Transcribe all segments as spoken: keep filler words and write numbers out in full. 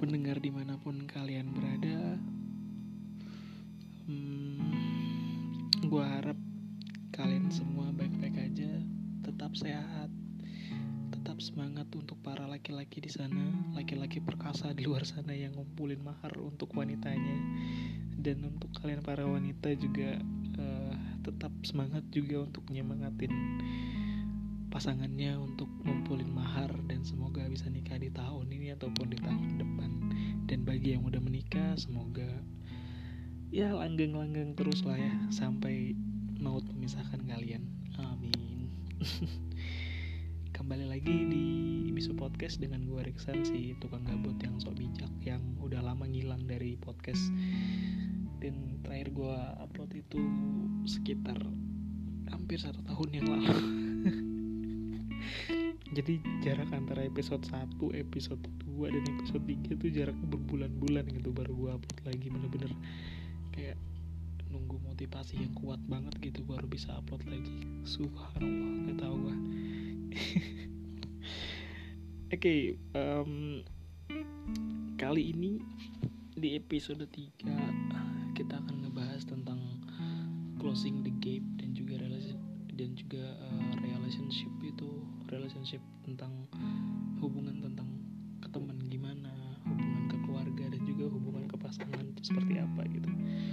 pendengar dimanapun kalian berada, hmm, gue harap kalian semua baik-baik aja, tetap sehat, tetap semangat untuk para laki-laki di sana, laki-laki perkasa di luar sana yang ngumpulin mahar untuk wanitanya, dan untuk kalian para wanita juga uh, tetap semangat juga untuk nyemangatin pasangannya untuk ngumpulin mahar dan semoga bisa nikah di tahun ini ataupun di tahun depan. Dan bagi yang udah menikah, semoga ya langgeng-langgeng terus lah ya sampai maut memisahkan kalian. Amin. Kembali lagi di Bisu Podcast dengan gue Riksan, si tukang gabut yang sok bijak yang udah lama ngilang dari podcast. Dan terakhir gue upload itu sekitar hampir satu tahun yang lalu. Jadi jarak antara episode satu, episode dua, dan episode tiga tuh jaraknya berbulan-bulan gitu baru gue upload lagi. Bener-bener kayak nunggu motivasi yang kuat banget gitu baru bisa upload lagi. Subhanallah, gak tau gue. Oke, okay, um, kali ini di episode tiga kita akan ngebahas tentang closing the gap dan juga relasi dan juga uh, relationship itu relationship tentang hubungan tentang ke teman gimana, hubungan ke keluarga dan juga hubungan ke pasangan itu seperti apa gitu.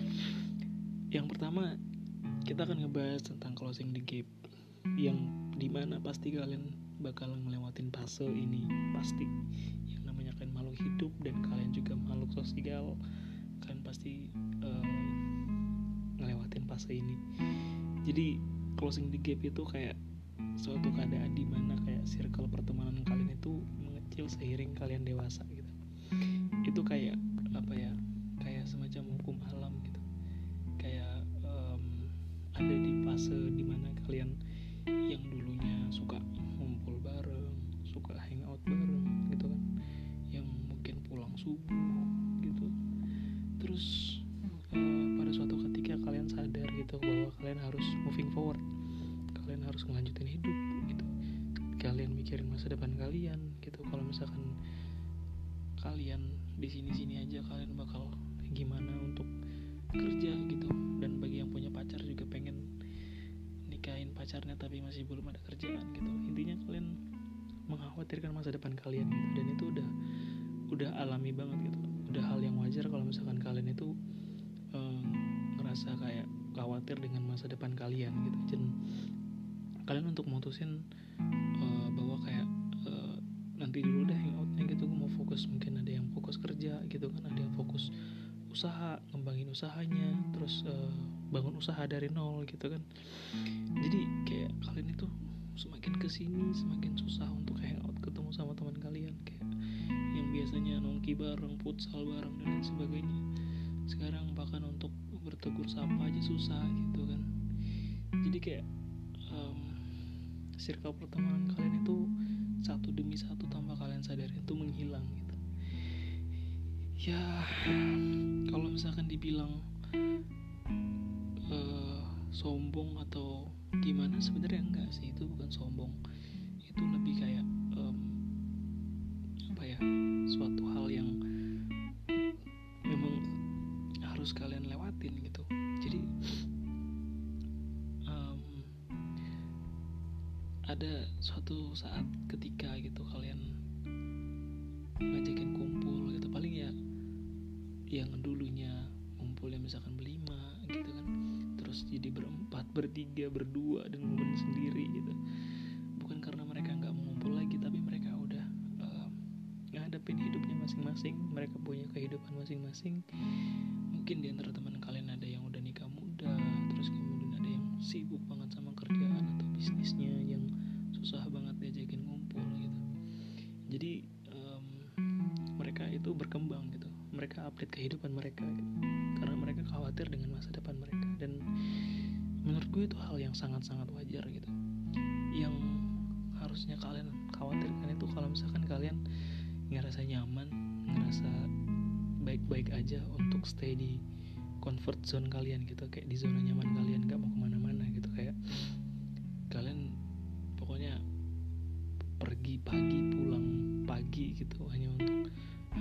Yang pertama kita akan ngebahas tentang closing the gap yang dimana pasti kalian bakal ngelewatin fase ini pasti. Yang namanya kalian makhluk hidup dan kalian juga makhluk sosial, kalian pasti uh, ngelewatin fase ini. Jadi closing the gap itu kayak suatu keadaan di mana kayak circle pertemanan kalian itu mengecil seiring kalian dewasa gitu. Itu kayak apa ya? Kayak semacam hukum alam gitu. Kayak um, ada di fase di mana kalian yang dulunya suka ngumpul bareng, suka hangout bareng gitu kan. Yang mungkin pulang subuh gitu. Terus uh, pada suatu ketika kalian sadar gitu bahwa kalian harus moving forward. Kalian harus ngelanjutin hidup gitu. Kalian mikirin masa depan kalian gitu. Kalau misalkan kalian di sini-sini aja kalian bakal gimana untuk kerja gitu. Dan bagi yang punya pacar juga pengen nikahin pacarnya tapi masih belum ada kerjaan gitu. Intinya kalian mengkhawatirkan masa depan kalian gitu. Dan itu udah udah alami banget gitu. Udah hal yang wajar kalau misalkan kalian itu um, ngerasa kayak khawatir dengan masa depan kalian gitu. Dan kalian untuk mutusin uh, bahwa kayak uh, nanti dulu deh hangoutnya gitu, gue mau fokus, mungkin ada yang fokus kerja gitu kan, ada yang fokus usaha, ngembangin usahanya, terus uh, bangun usaha dari nol gitu kan. Jadi kayak kalian itu semakin kesini semakin susah untuk hangout, ketemu sama teman kalian kayak yang biasanya nongki bareng, futsal bareng dan lain sebagainya. Sekarang bahkan untuk bertegur sapa aja susah gitu kan. Jadi kayak um, circle pertemanan kalian itu satu demi satu tanpa kalian sadari itu menghilang gitu. Ya kalau misalkan dibilang uh, sombong atau gimana, sebenarnya enggak sih, itu bukan sombong, itu lebih kayak um, apa ya, suatu hal yang memang harus kalian lewatin gitu. Jadi um, ada suatu saat ketika gitu kalian ngajakin kumpul gitu, paling ya yang dulunya ngumpulnya misalkan berlima gitu kan, terus jadi berempat, bertiga, berdua, dan ngumpulin sendiri gitu. Bukan karena mereka gak mau ngumpul lagi, tapi mereka udah uh, ngadepin hidupnya masing-masing. Mereka punya kehidupan masing-masing. Mungkin di antara teman kalian ada yang udah nikah muda, terus kemudian ada yang sibuk banget sama kerjaan atau bisnisnya yang susah banget diajakin ngumpul gitu. Jadi um, mereka itu berkembang gitu, mereka update kehidupan mereka gitu, karena mereka khawatir dengan masa depan mereka. Dan menurut gue itu hal yang sangat-sangat wajar gitu. Yang harusnya kalian khawatirkan itu kalau misalkan kalian ngerasa nyaman, ngerasa baik-baik aja untuk stay di comfort zone kalian gitu, kayak di zona nyaman kalian, gak mau kemana-mana gitu. Kayak kalian pokoknya pergi pagi pulang pagi gitu, hanya untuk hanya untuk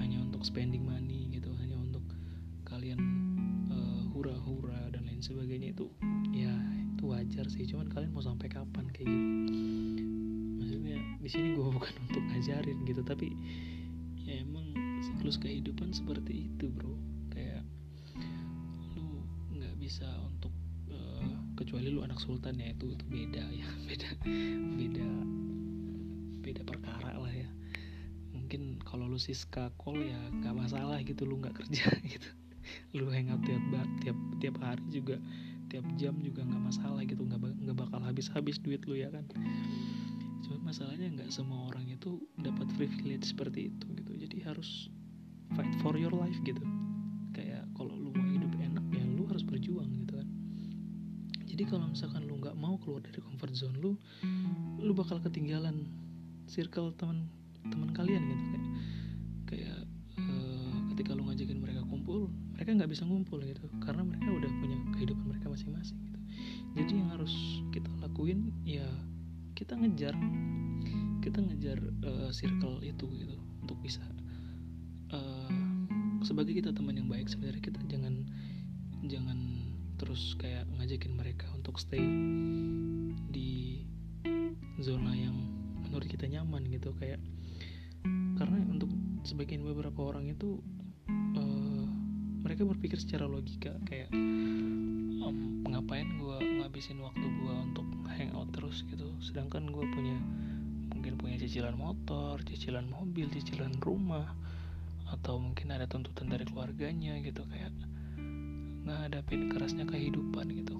spending money gitu, hanya untuk kalian uh, hura-hura dan lain sebagainya, itu ya itu wajar sih. Cuman kalian mau sampai kapan kayak gitu? Maksudnya di sini gue bukan untuk ngajarin gitu, tapi ya emang siklus kehidupan seperti itu bro. Kayak lu nggak bisa untuk uh, kecuali lu anak sultan ya, itu itu beda ya, beda beda beda perkara lah ya. Mungkin kalau lu Siska call ya nggak masalah gitu, lu nggak kerja gitu, lu hangout tiap tiap tiap hari juga, tiap jam juga nggak masalah gitu, nggak nggak bakal habis-habis duit lu ya kan. Cuma masalahnya nggak semua orang itu dapat privilege seperti itu gitu, jadi harus fight for your life gitu. Kayak kalau lu mau hidup enak ya lu harus berjuang gitu kan. Jadi kalau misalkan lu nggak mau keluar dari comfort zone lu, lu bakal ketinggalan circle teman teman kalian gitu. Kayak kayak uh, ketika lu ngajakin mereka kumpul, mereka nggak bisa ngumpul gitu karena mereka udah punya kehidupan mereka masing-masing gitu. Jadi yang harus kita lakuin ya kita ngejar kita ngejar uh, circle itu gitu untuk bisa uh, sebagai kita teman yang baik. Sebenarnya kita jangan jangan terus kayak ngajakin mereka untuk stay di zona yang menurut kita nyaman gitu. Kayak karena untuk sebagian beberapa orang itu uh, mereka berpikir secara logika kayak um, ngapain gue ngabisin waktu gue untuk hangout terus gitu, sedangkan gue punya mungkin punya cicilan motor, cicilan mobil, cicilan rumah, atau mungkin ada tuntutan dari keluarganya gitu. Kayak ngadapin kerasnya kehidupan gitu.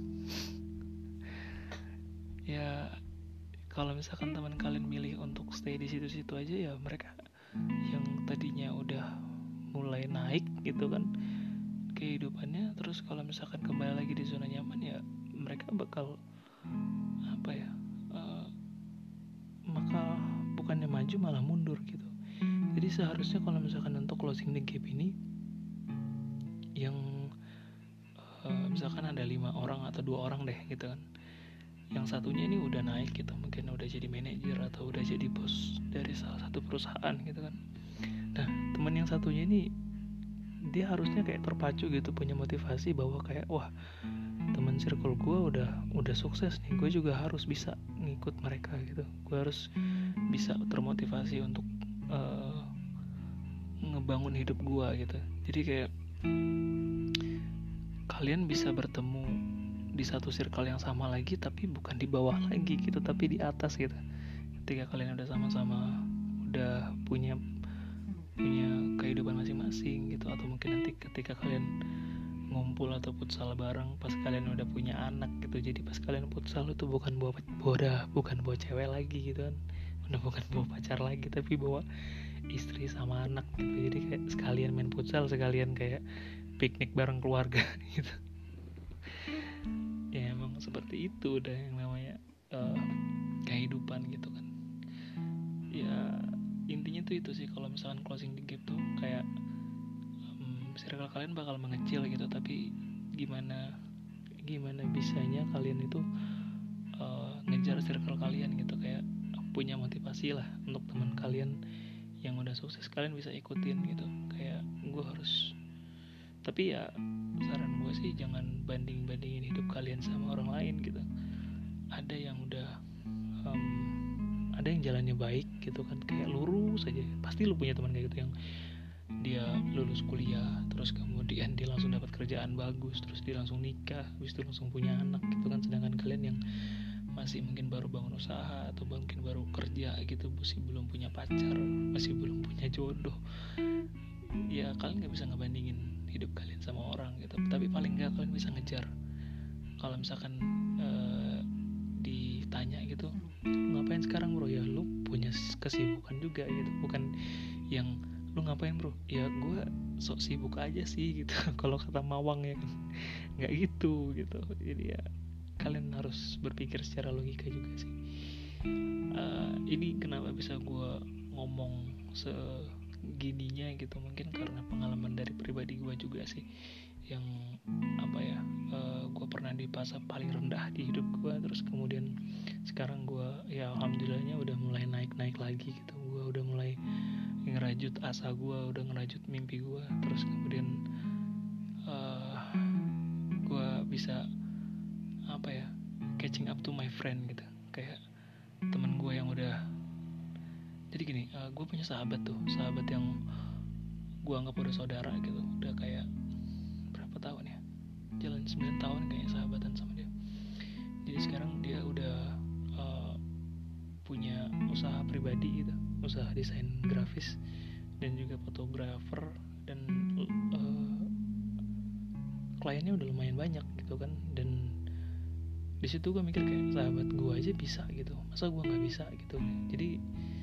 Ya kalau misalkan teman kalian milih untuk stay di situ-situ aja, ya mereka yang tadinya udah mulai naik gitu kan kehidupannya, terus kalau misalkan kembali lagi di zona nyaman ya mereka bakal apa ya uh, maka bukannya maju malah mundur gitu. Jadi seharusnya kalau misalkan untuk closing the gap ini yang uh, misalkan ada lima orang atau dua orang deh gitu kan, yang satunya ini udah naik gitu, mungkin udah jadi manajer atau udah jadi bos dari salah satu perusahaan gitu kan. Nah teman yang satunya ini dia harusnya kayak terpacu gitu, punya motivasi bahwa kayak wah teman circle gue udah udah sukses nih, gue juga harus bisa ngikut mereka gitu. Gue harus bisa termotivasi untuk uh, ngebangun hidup gue gitu. Jadi kayak kalian bisa bertemu di satu circle yang sama lagi, tapi bukan di bawah lagi gitu, tapi di atas gitu. Ketika kalian udah sama-sama udah punya punya kehidupan masing-masing gitu, atau mungkin nanti ketika kalian ngumpul atau futsal bareng pas kalian udah punya anak gitu. Jadi pas kalian futsal itu bukan bawa boda, bukan bawa cewek lagi gitu kan, udah bukan bawa pacar lagi, tapi bawa istri sama anak gitu. Jadi kayak sekalian main futsal, sekalian kayak piknik bareng keluarga gitu. Ya emang seperti itu udah yang namanya uh, kehidupan gitu kan. Ya intinya tuh itu sih, kalau misalkan closing the gap tuh kayak um, circle kalian bakal mengecil gitu, tapi gimana gimana bisanya kalian itu uh, ngejar circle kalian gitu, kayak punya motivasi lah untuk teman kalian yang udah sukses kalian bisa ikutin gitu. Kayak gue harus, tapi ya saran gue sih jangan banding-bandingin hidup kalian sama orang lain gitu. Ada yang udah um, ada yang jalannya baik gitu kan, kayak lurus aja. Pasti lu punya teman kayak gitu yang dia lulus kuliah terus kemudian dia langsung dapat kerjaan bagus, terus dia langsung nikah, habis itu langsung punya anak gitu kan. Sedangkan kalian yang masih mungkin baru bangun usaha atau mungkin baru kerja gitu, masih belum punya pacar, masih belum punya jodoh, ya kalian nggak bisa ngebandingin hidup kalian sama orang gitu. Tapi paling nggak kalian bisa ngejar. Kalau misalkan uh, ditanya gitu, lu ngapain sekarang bro, ya lu punya kesibukan juga gitu, bukan yang lu ngapain bro, ya gue sok sibuk aja sih gitu. Kalau kata Mawang ya kan, nggak gitu gitu. Jadi ya kalian harus berpikir secara logika juga sih. Uh, ini kenapa bisa gue ngomong segininya gitu, mungkin karena pengalaman dari pribadi gue juga sih, yang apa ya, uh, gue pernah di fase paling rendah di hidup gue, terus kemudian sekarang gue ya alhamdulillahnya udah mulai naik-naik lagi gitu. Gue udah mulai ngeraih ngerajut asa gue, udah ngerajut mimpi gue. Terus kemudian uh, gue bisa apa ya, catching up to my friend gitu, kayak teman gue yang udah. Jadi gini, uh, gue punya sahabat tuh, sahabat yang gue anggap udah saudara gitu, udah kayak berapa tahun ya, jalan sembilan tahun kayak sahabatan sama dia. Jadi sekarang dia udah uh, punya usaha pribadi gitu, usaha desain grafis dan juga fotografer, dan uh, kliennya udah lumayan banyak gitu kan. Dan di situ gue mikir kayak sahabat gue aja bisa gitu, masa gue nggak bisa gitu. Jadi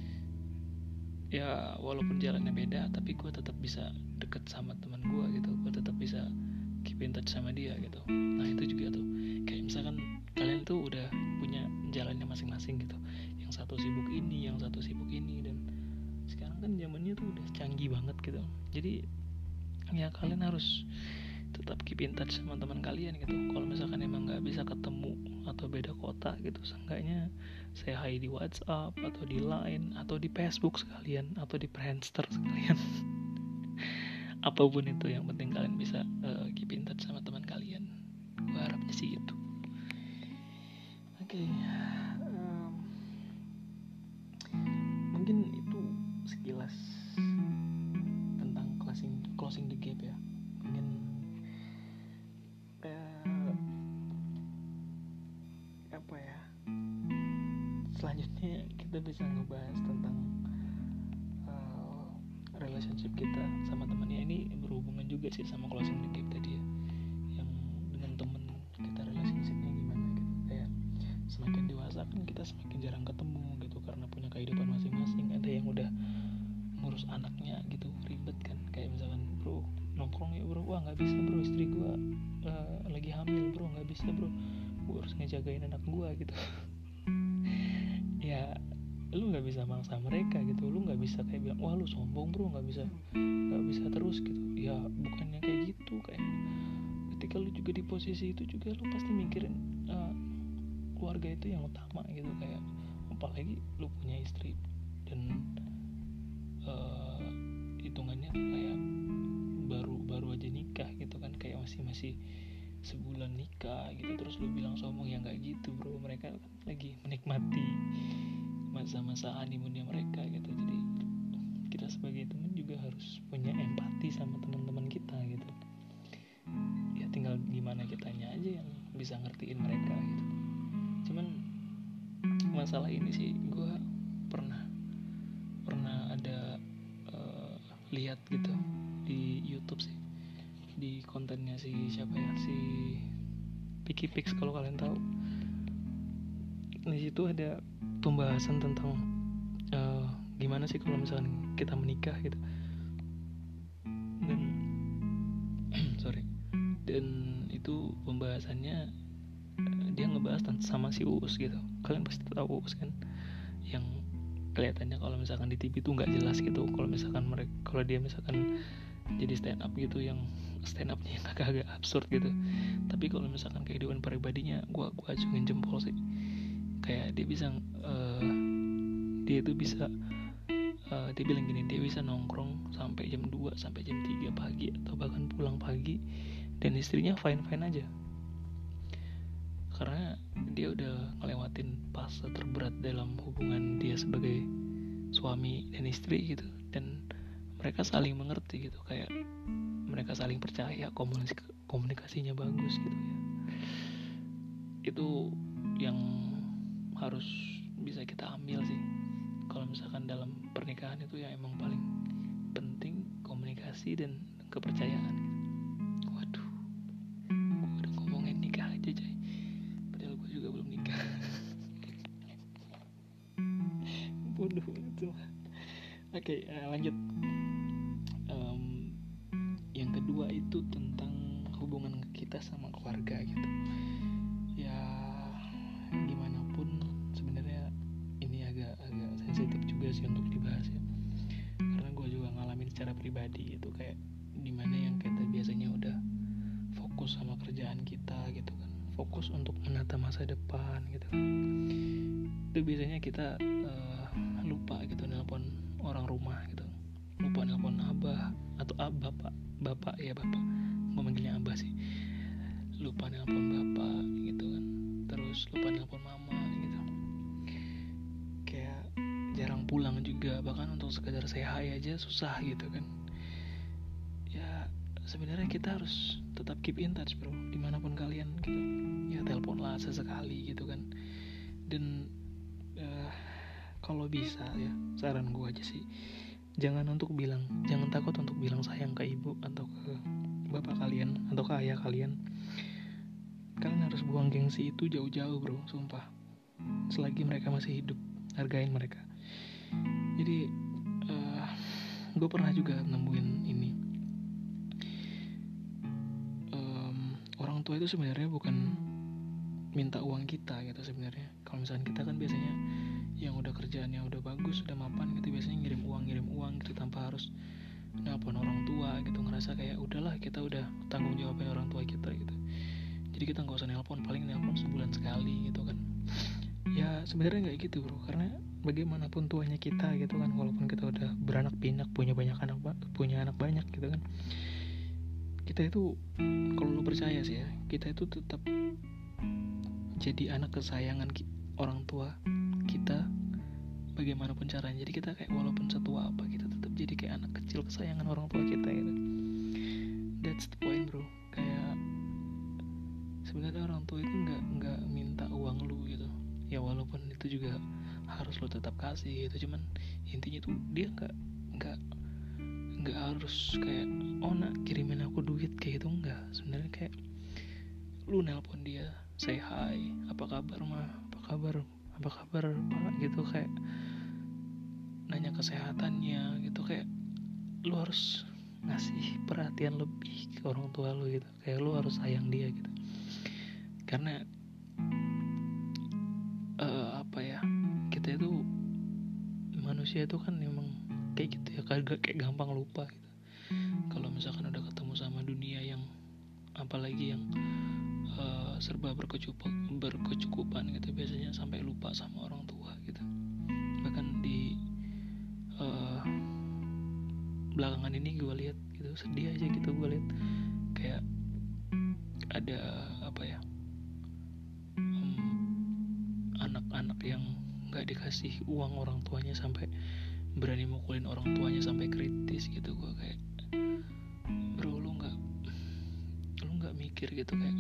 ya walaupun jalannya beda, tapi gue tetap bisa deket sama teman gue gitu, gue tetap bisa keep in touch sama dia gitu. Nah itu juga tuh, kayak misalkan kalian tuh udah punya jalannya masing-masing gitu, yang satu sibuk ini, yang satu sibuk ini, dan sekarang kan zamannya tuh udah canggih banget gitu. Jadi ya kalian harus tetap keep in touch sama teman kalian gitu. Kalau misalkan emang nggak bisa ketemu atau beda kota gitu, seenggaknya say hi di WhatsApp atau di Line atau di Facebook sekalian atau di Friendster sekalian. Apapun itu, yang penting kalian bisa uh, keep in touch sama teman kalian. Gue harapnya sih itu. Oke, okay. um, mungkin itu sekilas tentang closing closing the gap ya. Mungkin uh, apa ya? Selanjutnya kita bisa ngebahas tentang uh, relationship kita sama temannya. Ini berhubungan juga sih sama closing the gap tadi ya, yang dengan teman kita relationshipnya gimana gitu. Kayak semakin dewasa kan kita semakin jarang ketemu gitu, karena punya kehidupan masing-masing. Ada yang udah ngurus anaknya gitu, ribet kan. Kayak misalkan, bro nongkrong ya bro, wah nggak bisa bro, istri gue uh, lagi hamil bro, nggak bisa bro, gue harus ngejagain anak gue gitu. Ya lu nggak bisa maksa mereka gitu, lu nggak bisa kayak bilang wah lu sombong bro, nggak bisa nggak bisa terus gitu. Ya bukannya kayak gitu, kayak ketika lu juga di posisi itu juga lu pasti mikirin uh, keluarga itu yang utama gitu. Kayak apalagi lu punya istri dan uh, hitungannya kayak baru baru aja nikah gitu kan, kayak masih masih sebulan nikah gitu, terus lu bilang sombong. Ya nggak gitu bro, mereka kan lagi menikmati masa-masa honeymoonnya mereka gitu. Jadi kita sebagai teman juga harus punya empati sama teman-teman kita gitu. Ya tinggal gimana kitanya aja yang bisa ngertiin mereka gitu. Cuman masalah ini sih gue pernah pernah ada uh, lihat gitu di YouTube sih, di kontennya si siapa ya, si Piki Pix kalau kalian tahu. Di situ ada pembahasan tentang uh, gimana sih kalau misalkan kita menikah gitu. Dan sorry, dan itu pembahasannya uh, dia ngebahas sama si Uus gitu. Kalian pasti tahu Uus kan, yang kelihatannya kalau misalkan di T V tuh nggak jelas gitu. Kalau misalkan mereka, kalau dia misalkan jadi stand up gitu, yang stand upnya yang agak-agak absurd gitu. Tapi kalau misalkan kehidupan pribadinya, gue gue acungin jempol sih. Kayak dia bisa uh, dia itu bisa uh, dia bilang gini, dia bisa nongkrong sampai jam dua sampai jam tiga pagi atau bahkan pulang pagi, dan istrinya fine-fine aja. Karena dia udah ngelewatin fase terberat dalam hubungan dia sebagai suami dan istri gitu, dan mereka saling mengerti gitu, kayak mereka saling percaya, komunikasi komunikasinya bagus gitu ya. Itu yang harus bisa kita ambil sih. Kalau misalkan dalam pernikahan itu yang emang paling penting komunikasi dan kepercayaan gitu. Waduh, gue udah ngomongin nikah aja coy, padahal gue juga belum nikah. Bodoh itu. Oke, uh, lanjut. Um, yang kedua itu tentang hubungan kita sama keluarga gitu. Ya gimana pun sebenarnya ini agak-agak sensitif juga sih untuk dibahas ya, karena gue juga ngalamin secara pribadi itu. Kayak dimana yang kita biasanya udah fokus sama kerjaan kita gitu kan, fokus untuk menata masa depan gitu kan, itu biasanya kita uh, lupa gitu nelpon orang rumah gitu, lupa nelpon abah atau ab, bapak bapak ya bapak, gue manggilnya abah sih, lupa nelpon bapak gitu kan, terus lupa nelpon mama gitu, kayak jarang pulang juga, bahkan untuk sekedar say hi aja susah gitu kan. Ya sebenarnya kita harus tetap keep in touch bro, dimanapun kalian gitu, ya telepon lah sesekali gitu kan. Dan uh, kalau bisa ya saran gue aja sih, jangan untuk bilang, jangan takut untuk bilang sayang ke ibu atau ke bapak kalian atau ke ayah kalian. Kalian harus buang gengsi itu jauh-jauh bro, sumpah. Selagi mereka masih hidup, hargain mereka. Jadi uh, gue pernah juga nemuin ini, um, orang tua itu sebenarnya bukan minta uang kita gitu sebenarnya. Kalau misalnya kita kan biasanya yang udah kerjaannya udah bagus, udah mapan gitu, biasanya ngirim uang ngirim uang gitu tanpa harus nelpon orang tua gitu, ngerasa kayak udahlah kita udah tanggung jawabin orang tua kita gitu, jadi kita nggak usah nelpon, paling nelpon sebulan sekali gitu kan. Ya sebenarnya nggak gitu bro, karena bagaimanapun tuanya kita gitu kan, walaupun kita udah beranak pinak, punya banyak anak punya anak banyak gitu kan, kita itu kalau lu percaya sih ya, kita itu tetap jadi anak kesayangan orang tua kita bagaimanapun caranya. Jadi kita kayak walaupun setua apa, kita tetap jadi kayak anak kecil kesayangan orang tua kita gitu. That's the point bro. Kayak sebenarnya orang tua itu nggak nggak minta uang lu gitu ya, walaupun itu juga harus lu tetap kasih gitu, cuman intinya tuh dia nggak nggak nggak harus kayak oh nak kirimin aku duit kayak gitu, nggak. Sebenarnya kayak lu nelpon dia, say hi, apa kabar ma, apa kabar apa kabar pak gitu, kayak nanya kesehatannya gitu, kayak lu harus ngasih perhatian lebih ke orang tua lu gitu, kayak lu harus sayang dia gitu. Karena uh, apa ya, kita itu manusia itu kan memang kayak gitu ya, kayak kayak gampang lupa gitu. Kalau misalkan udah ketemu sama dunia yang apalagi yang uh, serba berkecukupan, berkecukupan gitu, biasanya sampai lupa sama orang tua gitu. Bahkan di uh, belakangan ini gue lihat gitu, sedih aja gitu gue lihat kayak ada apa ya, um, anak-anak yang nggak dikasih uang orang tuanya sampai berani mukulin orang tuanya sampai kritis gitu. Gue kayak bro, lu nggak lu nggak mikir gitu, kayak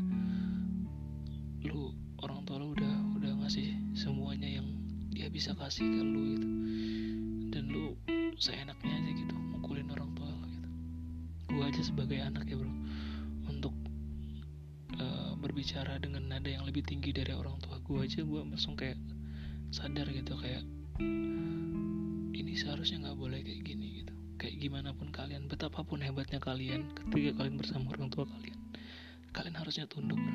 lu orang tua lu udah udah ngasih semuanya yang dia bisa kasih ke lu gitu, dan lu seenaknya aja gitu mukulin orang tua lu gitu. Gue aja sebagai anak ya bro, untuk uh, berbicara dengan nada yang lebih tinggi dari orang tua gue aja, gue langsung kayak sadar gitu, kayak ini seharusnya nggak boleh kayak gini gitu. Kayak gimana pun kalian, betapapun hebatnya kalian, ketika kalian bersama orang tua kalian, kalian harusnya tunduk bro.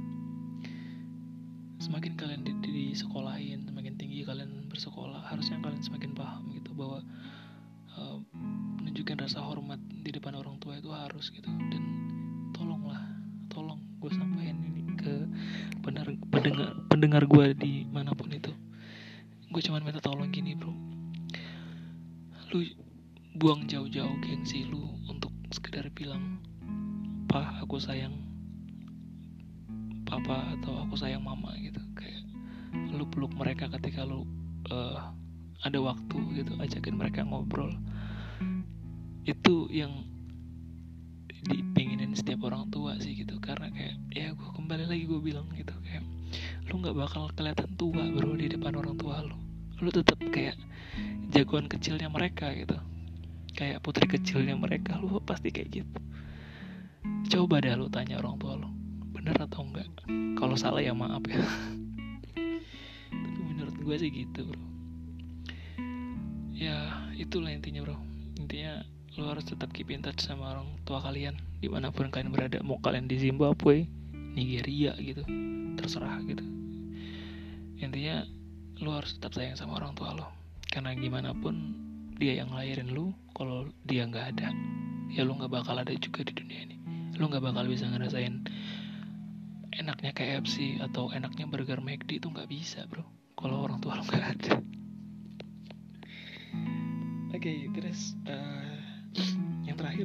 Semakin kalian di, di sekolahin, semakin tinggi kalian bersekolah, harusnya kalian semakin paham gitu bahwa uh, menunjukkan rasa hormat di depan orang tua itu harus gitu. Dan tolonglah, tolong gue sampaikan ini ke pendengar pendengar, pendengar gue dimanapun itu, gue cuma minta tolong gini bro, lu buang jauh-jauh gengsi lu untuk sekedar bilang pa aku sayang papa atau aku sayang mama gitu. Kayak lu peluk mereka ketika lu uh, ada waktu gitu, ajakin mereka ngobrol. Itu yang dipinginin setiap orang tua sih gitu. Karena kayak ya gue kembali lagi gue bilang gitu, kayak lu gak bakal kelihatan tua bro di depan orang tua lu. Lu tetap kayak jagoan kecilnya mereka gitu, kayak putri kecilnya mereka. Lu pasti kayak gitu. Coba deh lu tanya orang tua lu, bener atau enggak. Kalau salah ya maaf ya. Tapi menurut gue sih gitu bro. Ya itulah intinya bro. Intinya lu harus tetap keep in touch sama orang tua kalian dimanapun kalian berada. Mau kalian di Zimbabwe, Nigeria gitu, terserah gitu. Intinya lu harus tetap sayang sama orang tua lu, karena gimana pun dia yang ngelahirin lu, kalau dia gak ada, ya lu gak bakal ada juga di dunia ini. Lu gak bakal bisa ngerasain enaknya K F C atau enaknya burger McD, itu gak bisa bro kalau orang tua lu gak ada. Oke okay, terus uh, yang terakhir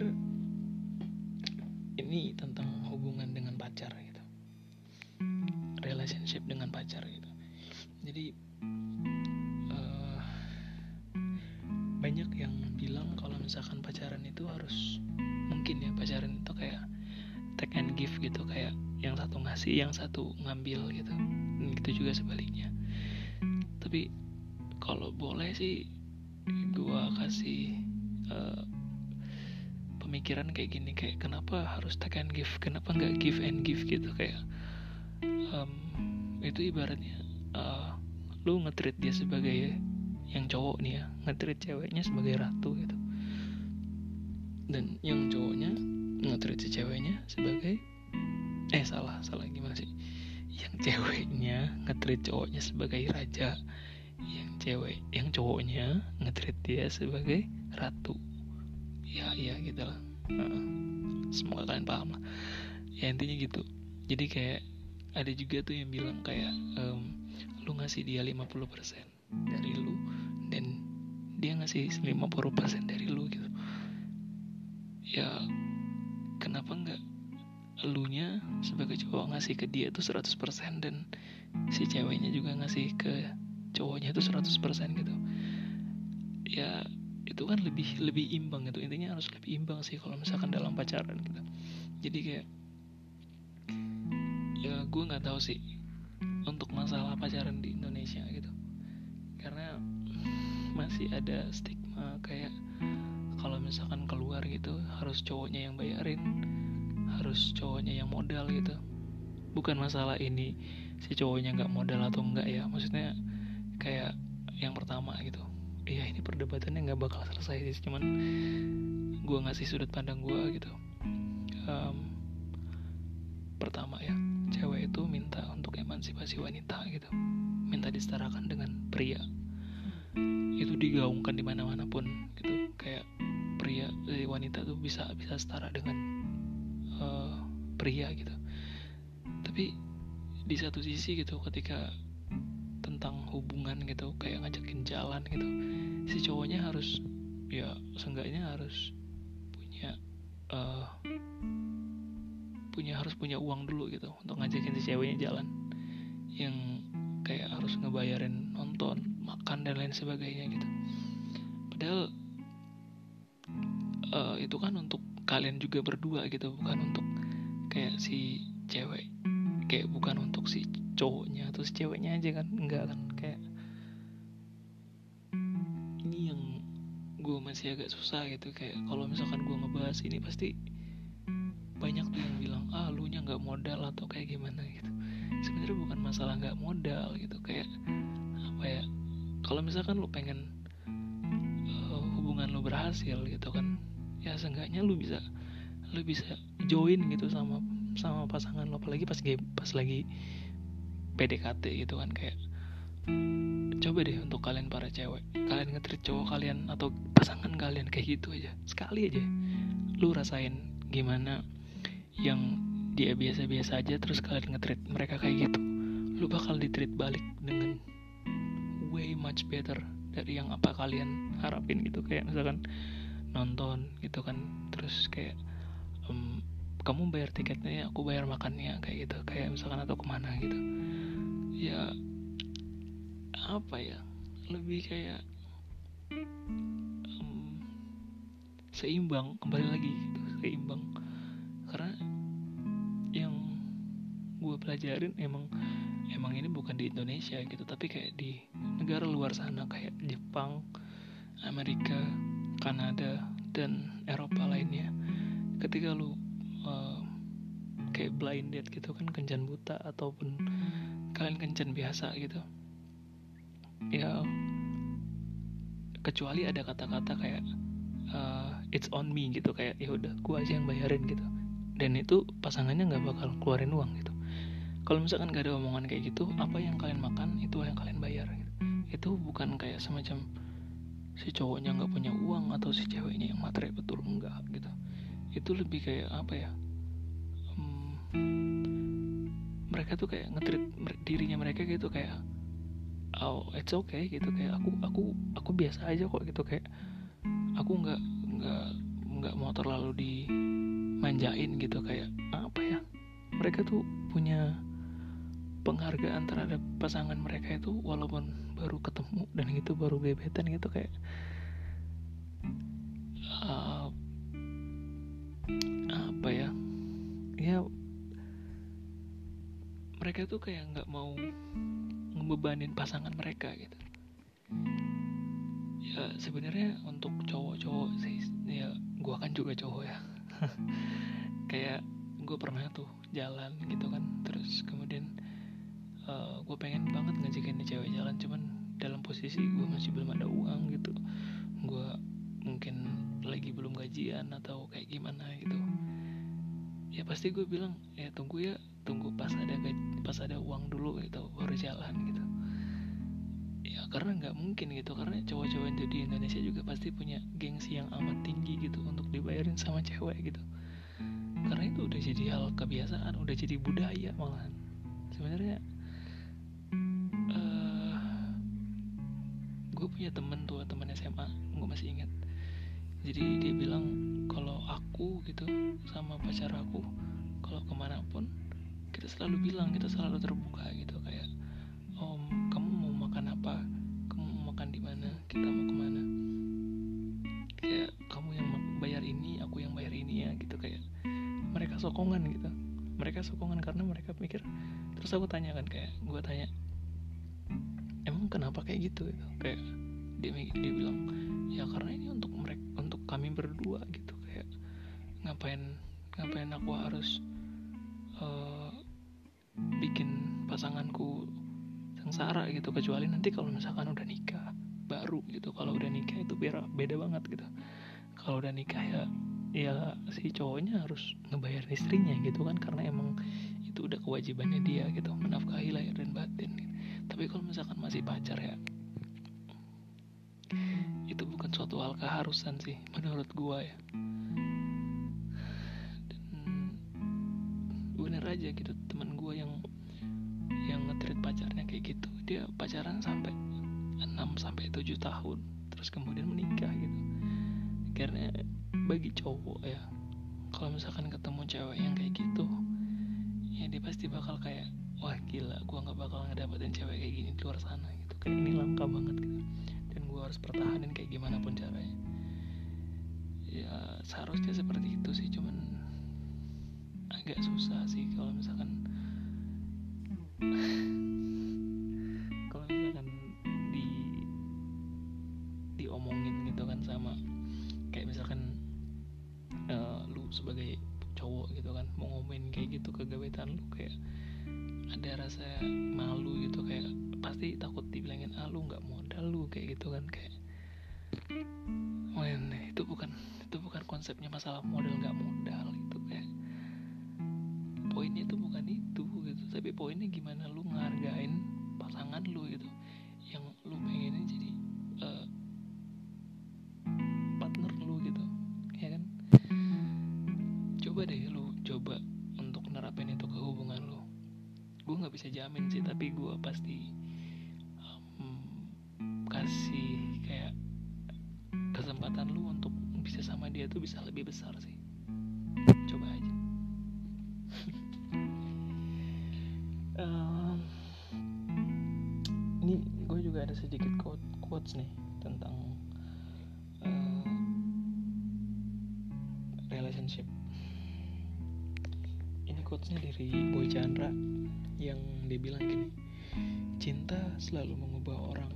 ini tentang hubungan dengan pacar gitu, relationship dengan pacar gitu. Jadi uh, banyak yang bilang kalau misalkan pacaran itu harus, mungkin ya pacaran itu kayak take and give gitu, kayak yang satu ngasih yang satu ngambil gitu. Dan gitu juga sebaliknya. Tapi kalau boleh sih gua kasih uh, pemikiran kayak gini, kayak kenapa harus take and give, kenapa nggak give and give gitu. Kayak um, itu ibaratnya uh, lu nge-treat dia sebagai, yang cowok nih ya, nge-treat ceweknya sebagai ratu gitu, dan yang cowoknya nge-treat si ceweknya sebagai eh salah salah gimana sih yang ceweknya nge-treat cowoknya sebagai raja, yang cewek yang cowoknya nge-treat dia sebagai ratu. Ya ya gitu lah. Uh, semoga kalian paham lah. Ya intinya gitu. Jadi kayak ada juga tuh yang bilang kayak um, lu ngasih dia lima puluh persen dari lu dan dia ngasih lima puluh persen dari lu gitu. Ya kenapa enggak elunya sebagai cowok ngasih ke dia tuh seratus persen dan si ceweknya juga ngasih ke cowoknya tuh seratus persen gitu. Ya itu kan lebih lebih imbang gitu. Intinya harus lebih imbang sih kalau misalkan dalam pacaran gitu. Jadi kayak ya gue nggak tahu sih untuk masalah pacaran di Indonesia gitu, karena masih ada stigma kayak kalau misalkan keluar gitu harus cowoknya yang bayarin, harus cowoknya yang modal gitu. Bukan masalah ini si cowoknya nggak modal atau enggak ya, maksudnya kayak yang pertama gitu. Iya ini perdebatannya nggak bakal selesai sih, cuman gue ngasih sudut pandang gue gitu. Um, pertama ya, cewek itu minta untuk emansipasi wanita gitu, minta disetarakan dengan pria. Itu digaungkan di mana-mana pun gitu, kayak pria eh, wanita tuh bisa bisa setara dengan uh, pria gitu. Tapi di satu sisi gitu, ketika tentang hubungan gitu, kayak ngajakin jalan gitu, si cowoknya harus ya seenggaknya harus punya uh, punya harus punya uang dulu gitu untuk ngajakin si ceweknya jalan, yang kayak harus ngebayarin nonton, makan dan lain sebagainya gitu. Padahal uh, itu kan untuk kalian juga berdua gitu, bukan untuk kayak si cewek, kayak bukan untuk si cowoknya atau si ceweknya aja kan, enggak kan. Kayak ini yang gue masih agak susah gitu, kayak kalau misalkan gue ngebahas ini pasti banyak tuh yang bilang ah lu nya nggak modal atau kayak gimana gitu. Sebenarnya bukan masalah nggak modal gitu, kayak apa ya, kalau misalkan lu pengen uh, hubungan lu berhasil gitu kan, ya seenggaknya lu bisa lu bisa join gitu sama sama pasangan lo, apalagi pas pas lagi P D K T gitu kan. Kayak coba deh untuk kalian para cewek, kalian nge-treat cowok kalian atau pasangan kalian kayak gitu aja sekali aja, lu rasain gimana yang dia biasa-biasa aja terus kalian nge-treat mereka kayak gitu. Lu bakal di-treat balik dengan way much better dari yang apa kalian harapin gitu. Kayak misalkan nonton gitu kan, terus kayak um, kamu bayar tiketnya, aku bayar makannya kayak gitu, kayak misalkan atau kemana gitu. Ya apa ya, lebih kayak um, seimbang, kembali lagi gitu, seimbang. Karena yang gue pelajarin emang emang ini bukan di Indonesia gitu, tapi kayak di negara luar sana kayak Jepang, Amerika, Kanada, dan Eropa lainnya. Ketika lu uh, kayak blind date gitu kan, kencan buta ataupun kalian kencan biasa gitu, ya kecuali ada kata-kata kayak uh, it's on me gitu, kayak ya udah gua aja yang bayarin gitu, dan itu pasangannya nggak bakal keluarin uang gitu. Kalau misalkan gak ada omongan kayak gitu, apa yang kalian makan itu yang kalian bayar gitu. Itu bukan kayak semacam si cowoknya nggak punya uang atau si ceweknya yang matre, betul, enggak gitu. Itu lebih kayak apa ya, hmm, mereka tuh kayak nge-treat dirinya mereka gitu, kayak oh it's okay gitu, kayak aku aku aku biasa aja kok gitu, kayak aku nggak nggak nggak mau terlalu dimanjain gitu, kayak apa ya, mereka tuh punya penghargaan terhadap pasangan mereka itu walaupun baru ketemu dan gitu baru gebetan gitu, kayak uh, apa ya ya mereka tuh kayak nggak mau ngebebanin pasangan mereka gitu. Ya sebenarnya untuk cowok-cowok sih, ya gue kan juga cowok ya. Kayak gue pernah tuh jalan gitu kan, terus kemudian uh, gue pengen banget ngajakin cewek jalan, cuman dalam posisi gue masih belum ada uang gitu, gue mungkin lagi belum gajian atau kayak gimana gitu. Ya pasti gue bilang ya tunggu ya, tunggu pas ada gaji, pas ada uang dulu gitu baru jalan gitu. Ya karena nggak mungkin gitu, karena cowok-cowok yang di Indonesia juga pasti punya gengsi yang amat tinggi gitu untuk dibayarin sama cewek gitu. Karena itu udah jadi hal kebiasaan, udah jadi budaya malahan. Sebenarnya uh, gue punya temen tuh, temen S M A, gue masih ingat. Jadi dia bilang kalau aku gitu sama pacar aku, kalau kemanapun kita selalu bilang, kita selalu terbuka gitu, kayak om kamu mau makan apa, kamu mau makan di mana, kita mau kemana, kayak kamu yang bayar ini, aku yang bayar ini ya gitu. Kayak mereka sokongan gitu, mereka sokongan karena mereka mikir. Terus aku tanya kan, kayak gue tanya emang kenapa kayak gitu gitu. Kayak dia dia bilang ya karena ini untuk mereka, untuk kami berdua gitu. Kayak ngapain ngapain aku harus uh, bikin pasanganku sengsara gitu, kecuali nanti kalau misalkan udah nikah baru gitu. Kalau udah nikah itu beda, beda banget gitu. Kalau udah nikah ya ya si cowoknya harus ngebayar istrinya gitu kan, karena emang itu udah kewajibannya dia gitu, menafkahi lahir dan batin gitu. Tapi kalau misalkan masih pacar ya itu bukan suatu hal keharusan sih menurut gua ya. Dan bener aja gitu, teman gua yang yang nge-treat pacarnya kayak gitu, dia pacaran sampai enam sampai tujuh tahun terus kemudian menikah gitu. Karena bagi cowok ya, kalau misalkan ketemu cewek yang kayak gitu ya dia pasti bakal kayak wah gila, gue gak bakal ngedapetin cewek kayak gini di luar sana gitu. Kayak ini langka banget gitu, dan gue harus pertahanin kayak gimana pun caranya. Ya seharusnya seperti itu sih, cuman agak susah sih kalau misalkan kalau misalkan di diomongin gitu kan sama, kayak misalkan uh, lu sebagai cowok gitu kan mau ngomongin kayak gitu ke gebetan lu, kayak ada rasa malu gitu, kayak pasti takut dibilangin ah lu nggak modal lu kayak gitu kan. Kayak men, itu bukan itu bukan konsepnya masalah modal nggak modal gitu. Kayak poinnya itu bukan itu gitu, tapi poinnya gimana lu ngehargain pasangan lu gitu, yang lu pengennya jadi uh, partner lu gitu ya kan. Coba deh lu coba untuk nerapin itu ke hubungan lu. Gue nggak bisa jamin sih, tapi gue pasti um, kasih kayak kesempatan lu untuk bisa sama dia tuh bisa lebih besar sih. Coba aja. um, ini gue juga ada sedikit quote quotes nih tentang uh, relationship. Ini quotesnya dari Boy Chandra yang dia bilang gini, cinta selalu mengubah orang,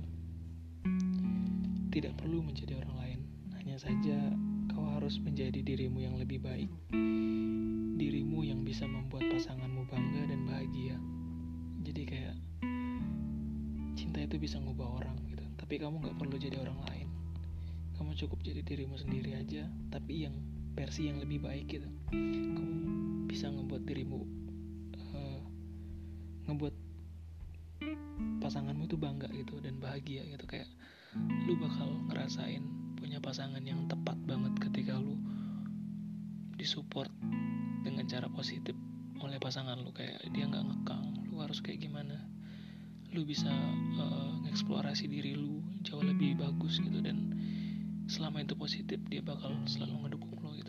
tidak perlu menjadi orang lain, hanya saja kau harus menjadi dirimu yang lebih baik, dirimu yang bisa membuat pasanganmu bangga dan bahagia. Jadi kayak cinta itu bisa ngubah orang gitu, tapi kamu gak perlu jadi orang lain, kamu cukup jadi dirimu sendiri aja, tapi yang versi yang lebih baik gitu. Kamu bisa ngebuat dirimu uh, ngebuat pasanganmu tuh bangga gitu dan bahagia gitu. Kayak lu bakal ngerasain punya pasangan yang tepat banget ketika lu disupport dengan cara positif oleh pasangan lu. Kayak dia gak ngekang lu harus kayak gimana, lu bisa uh, ngeksplorasi diri lu jauh lebih bagus gitu, dan selama itu positif dia bakal selalu ngedukung lu gitu.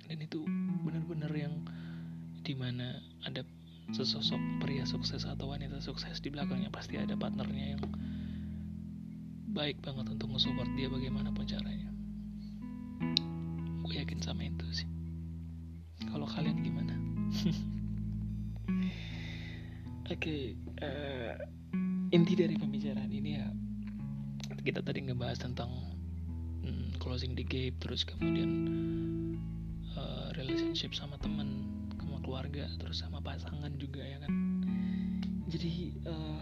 dan itu benar-benar yang dimana ada sesosok pria sukses atau wanita sukses, di belakangnya pasti ada partnernya yang baik banget untuk nge-support dia bagaimanapun caranya. Gue yakin sama itu sih. Kalau kalian gimana? Oke, okay, uh, inti dari pembicaraan ini ya, kita tadi ngebahas tentang hmm, closing the gap, terus kemudian uh, relationship sama teman, sama keluarga, terus sama pasangan juga ya kan. Jadi uh,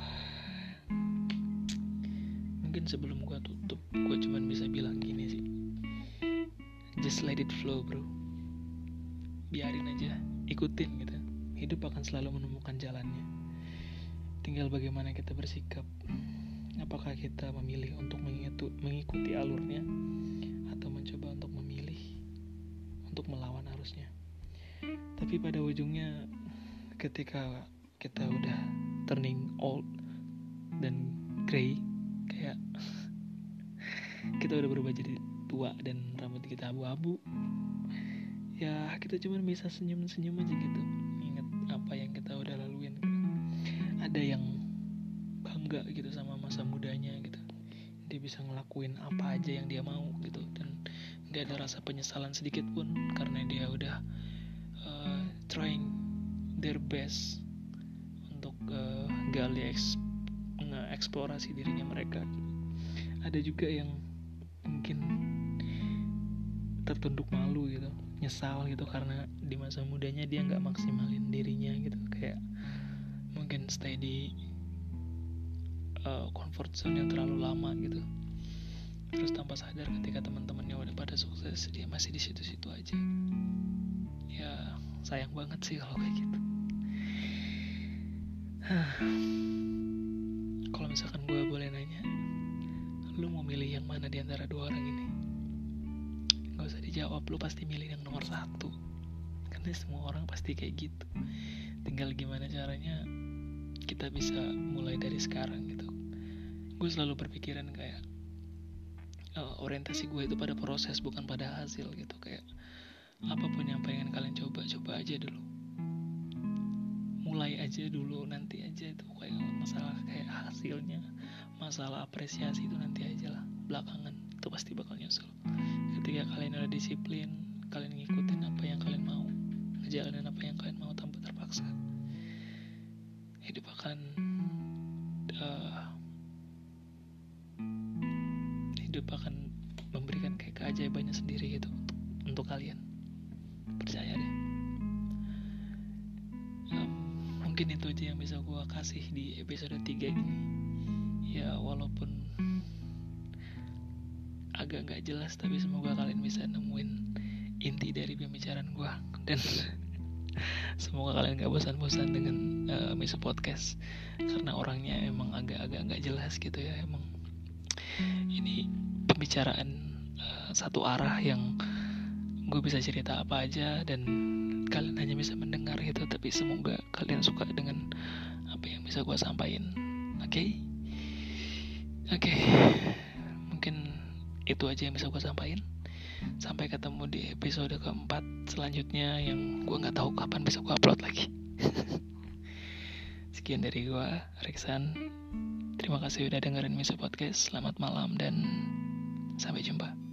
mungkin sebelum gue tutup, gue cuman bisa bilang gini sih, just let it flow bro, biarin aja, ikutin gitu. Hidup akan selalu menemukan jalannya. Tinggal bagaimana kita bersikap. Apakah kita memilih untuk mengikuti alurnya, atau mencoba untuk memilih untuk melawan arusnya. Tapi pada ujungnya, ketika kita udah turning old dan grey, kayak kita udah berubah jadi tua dan rambut kita abu-abu, ya kita cuma bisa senyum-senyum aja gitu, ingat apa yang kita udah laluin gitu. Ada yang bangga gitu sama masa mudanya gitu, dia bisa ngelakuin apa aja yang dia mau gitu, dan gak ada rasa penyesalan sedikit pun karena dia udah uh, trying their best untuk uh, gali eks- nge-eksplorasi dirinya mereka. Ada juga yang mungkin tertunduk malu gitu, nyesal gitu karena di masa mudanya dia gak maksimalin dirinya gitu, kayak mungkin stay di uh, comfort zone yang terlalu lama gitu, terus tanpa sadar ketika teman-temannya udah pada sukses, dia masih di situ-situ aja. Ya sayang banget sih kalau kayak gitu. Kalau misalkan gue boleh nanya, lu mau milih yang mana di antara dua orang ini? Gak usah dijawab, lu pasti milih yang nomor satu, karena semua orang pasti kayak gitu. Tinggal gimana caranya kita bisa mulai dari sekarang gitu. Gue selalu berpikiran kayak uh, orientasi gue itu pada proses, bukan pada hasil gitu. Kayak apapun yang pengen kalian coba, coba aja dulu, mulai aja dulu, nanti aja itu kayak masalah kayak hasilnya, masalah apresiasi itu nanti aja lah, belakangan itu pasti bakal nyusul. Ketika kalian udah disiplin, kalian ngikutin apa yang kalian mau, ngejalanin apa yang kalian mau tanpa terpaksa, hidup akan uh, hidup akan memberikan kayak keajaibannya sendiri gitu untuk, untuk kalian. Percaya deh. um, Mungkin itu aja yang bisa gue kasih di episode tiga ini. Ya walaupun agak gak jelas, tapi semoga kalian bisa nemuin inti dari pembicaraan gue, dan semoga kalian gak bosan-bosan dengan uh, Miso Podcast, karena orangnya emang agak-agak gak jelas gitu ya. Emang ini pembicaraan uh, satu arah yang gue bisa cerita apa aja dan kalian hanya bisa mendengar gitu. Tapi semoga kalian suka dengan apa yang bisa gue sampaikan. Oke okay? Oke okay. Mungkin itu aja yang bisa gue sampaikan. Sampai ketemu di episode keempat selanjutnya yang gue gak tahu kapan bisa gue upload lagi. Sekian dari gue, Riksan. Terima kasih udah dengerin Miso Podcast. Selamat malam dan sampai jumpa.